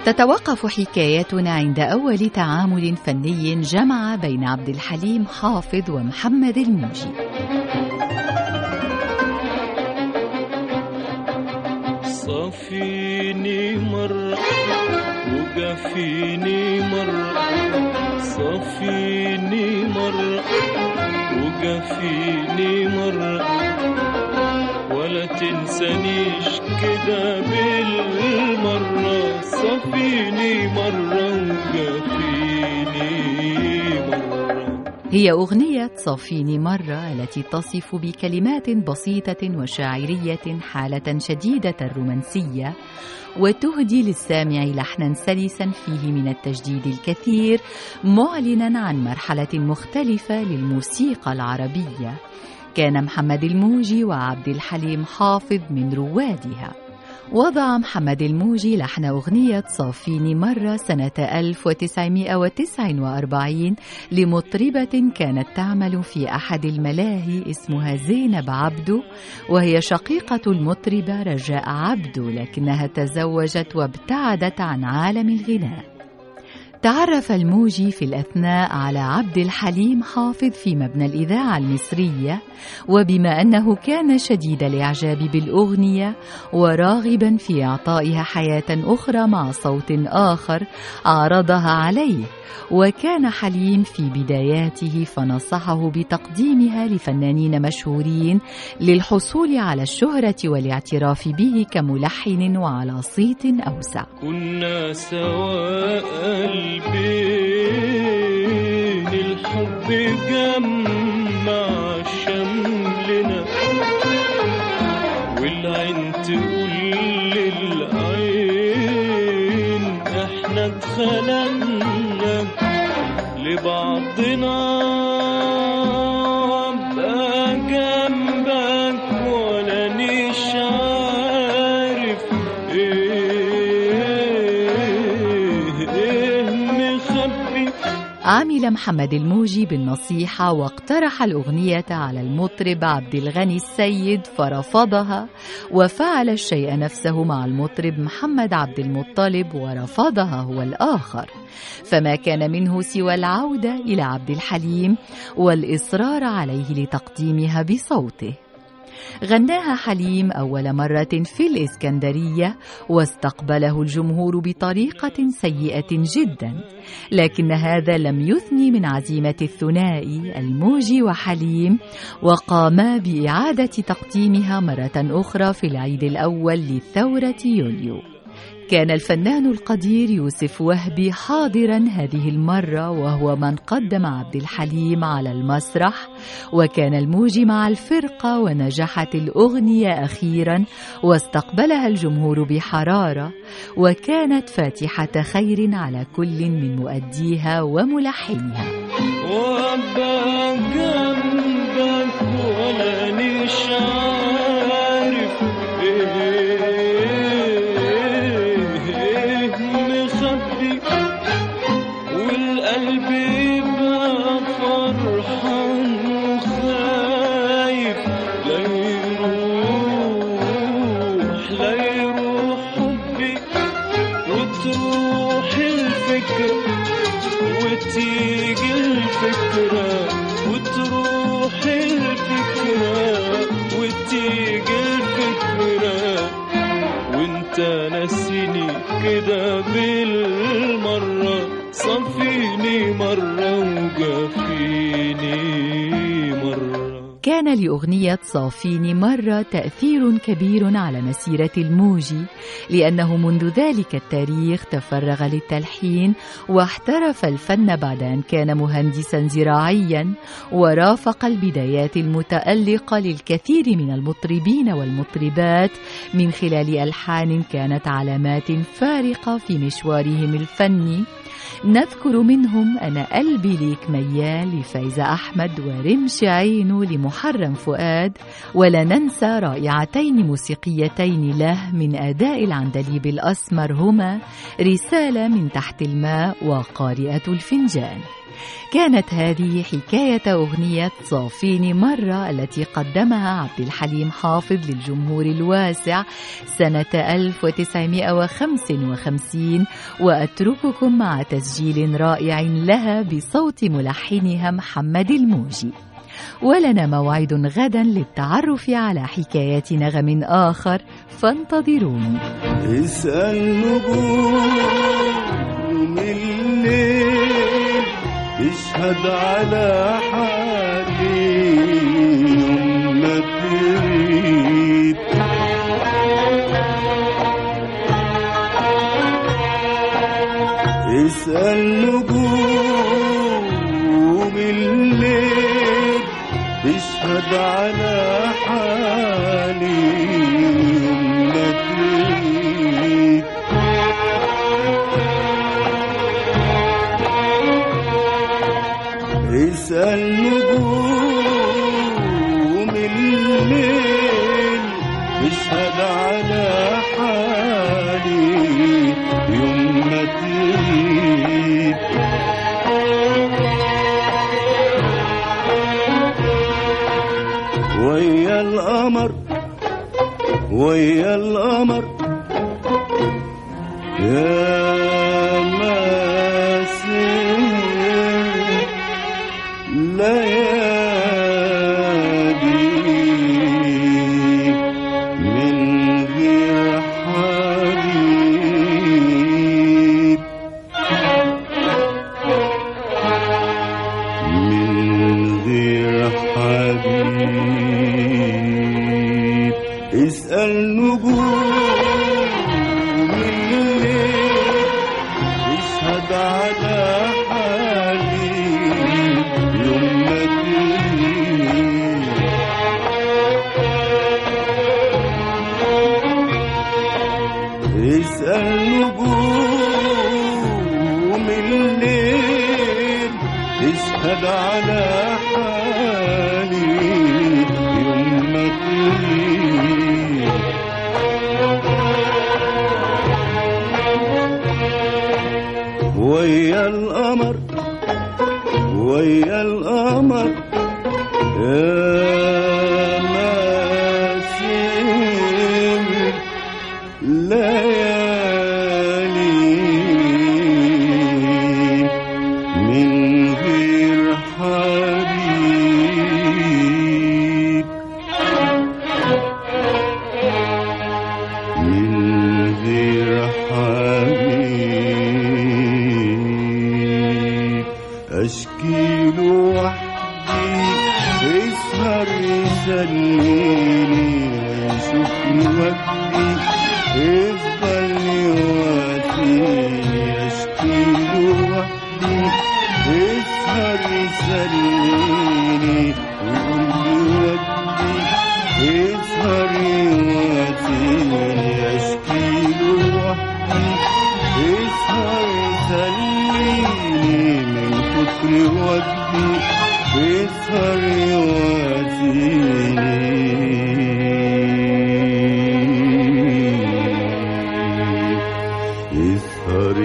تتوقف حكايتنا عند أول تعامل فني جمع بين عبد الحليم حافظ ومحمد الموجي. صفيني مرة وقفيني مرة، صفيني مرة وقفيني مرة، ولا تنسانيش كده بالمرة، صفيني مرة وقفيني مرة. هي أغنية صفيني مرة التي تصف بكلمات بسيطة وشاعرية حالة شديدة الرومانسية، وتهدي للسامع لحنا سلسا فيه من التجديد الكثير، معلنا عن مرحلة مختلفة للموسيقى العربية. كان محمد الموجي وعبد الحليم حافظ من روادها. وضع محمد الموجي لحن أغنية صافيني مرة سنة 1949 لمطربة كانت تعمل في أحد الملاهي اسمها زينب عبدو، وهي شقيقة المطربة رجاء عبدو، لكنها تزوجت وابتعدت عن عالم الغناء. تعرف الموجي في الأثناء على عبد الحليم حافظ في مبنى الإذاعة المصرية، وبما أنه كان شديد الإعجاب بالأغنية وراغبا في إعطائها حياة أخرى مع صوت آخر عرضها عليه، وكان حليم في بداياته فنصحه بتقديمها لفنانين مشهورين للحصول على الشهرة والاعتراف به كملحن وعلى صيت أوسع. كنا سواء بين الحب جمع شملنا، والعين تقول للعين احنا اتخلقنا لبعضنا، ابقى جنبك ولا نيش عارف ايه مخبي. عمل محمد الموجي بالنصيحة واقترح الأغنية على المطرب عبد الغني السيد فرفضها، وفعل الشيء نفسه مع المطرب محمد عبد المطلب ورفضها هو الآخر، فما كان منه سوى العودة إلى عبد الحليم والإصرار عليه لتقديمها بصوته. غناها حليم أول مرة في الإسكندرية، واستقبله الجمهور بطريقة سيئة جدا، لكن هذا لم يثني من عزيمة الثنائي الموجي وحليم، وقاما بإعادة تقديمها مرة أخرى في العيد الأول لثورة يوليو. كان الفنان القدير يوسف وهبي حاضرا هذه المرة، وهو من قدم عبد الحليم على المسرح، وكان الموجي مع الفرقة، ونجحت الأغنية أخيرا واستقبلها الجمهور بحرارة، وكانت فاتحة خير على كل من مؤديها وملحنها. وابقى جنبك ولا نيش عارف والقلب يبقى فرحان وخايف، لا يروح حبي وتروح الفكرة وتيجي الفكرة، وتروح الفكرة وتيجي الفكرة، وانت ناسيني كده بالمرة، صفيني مرة وقفيني مرة. كان لأغنية صافيني مرة تأثير كبير على مسيرة الموجي، لأنه منذ ذلك التاريخ تفرغ للتلحين واحترف الفن بعد أن كان مهندسا زراعيا، ورافق البدايات المتألقة للكثير من المطربين والمطربات من خلال ألحان كانت علامات فارقة في مشوارهم الفني. نذكر منهم أنا قلبي ليك ميال لفايزة أحمد، ورمش عينه لمحرم فؤاد، ولا ننسى رائعتين موسيقيتين له من أداء العندليب الأسمر هما رسالة من تحت الماء وقارئة الفنجان. كانت هذه حكاية أغنية صافيني مرة التي قدمها عبد الحليم حافظ للجمهور الواسع سنة 1955، وأترككم مع تسجيل رائع لها بصوت ملحنها محمد الموجي. ولنا موعد غدا للتعرف على حكاية نغم آخر، فانتظروني. اسأل نجوم الليل اشهد على حالي يوم ما تريد. اسأل نجوم الليل اشهد على حالي يوم ما تريد. اسأل نجوم الليل اشهد على حالي يوم ما تريد. ويا القمر ويا القمر يا ماسر ليالي من غير حبيب، من غير حبيب. اسأل نجوم الليل اشهد على حالي يوم ما تريد. اسأل نجوم الليل اشهد على حالي يوم ما تريد. ويا القمر ويا القمر يا ماسر ليالي من غير حبيب، من غير حبيب. أشكي له وحدي يسهر يسليني ويشوفني وحدي يفضل يواسيني. أشكي له وحدي يسهر يسليني ويقول لي وحدي يسهر يواسيني. أشكي له وحدي يسهر يسليني من كتر وجدي يسهر يواسيني. يسهر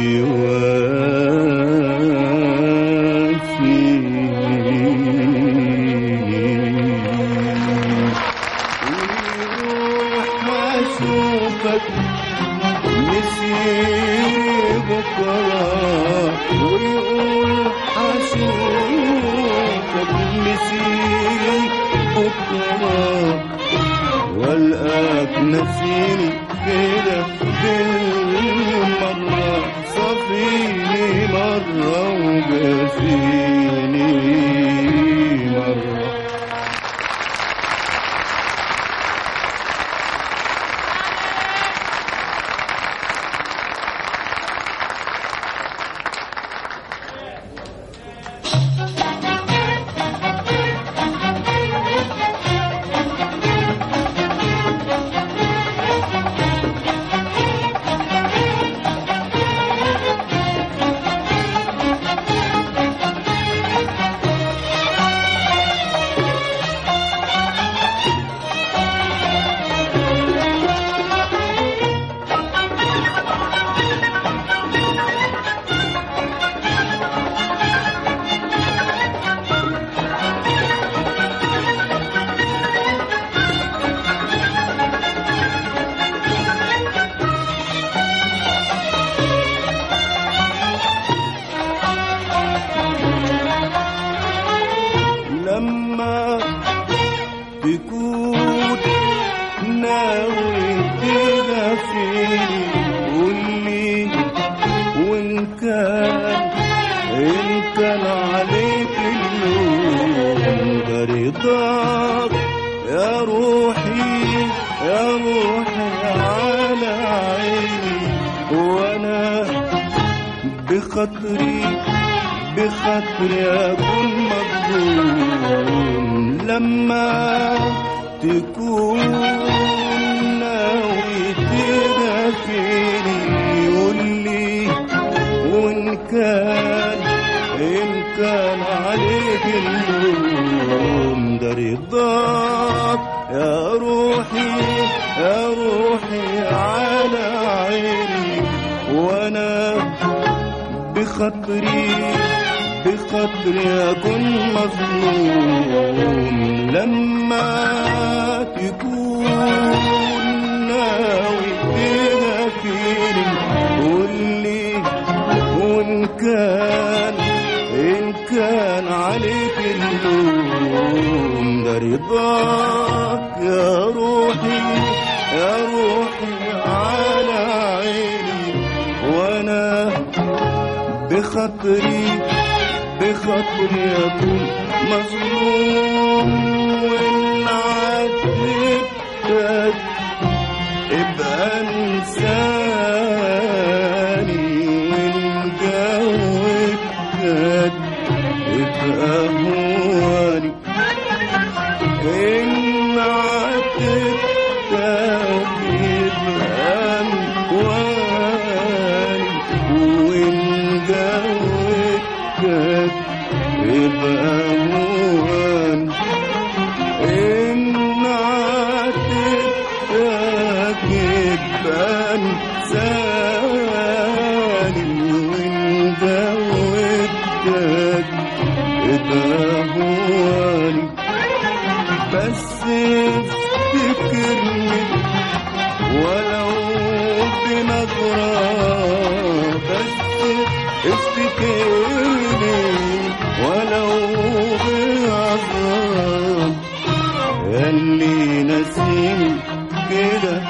يواسيني ويروح أشوفك مسير بكرة ويقول أشوفك مسير بكرة والقاك نسيني كده بالمرة. صفيني مرة وجاسيني مرة. ناوي تغفلني قولي وإن كان عليك اللوم ده رضاك يا روحي يا روحي على عيني وأنا بخاطري أكون مظلوم لما تكون ناوي تغفلني قولي وإن كان عليك اللوم ده رضاك يا روحي على عيني وأنا بخاطري أكون مظلوم لما تكون ناوي تغفلني قولي وإن كان عليك اللوم ده رضاك يا روحي على عيني وأنا بخاطري أكون مظلوم وإن عاتبتك ابقى انساني وإن جاوبتك ابقى هواني إن عاتبتك ابقى هواني وإن جاوبتك يبقى هوان إن عاتبتك يبقى انساني وإن جاوبتك يبقى هواني بس افتكرني ولو بنظرة بس افتكرني ولو بعذاب اللي نسيني كده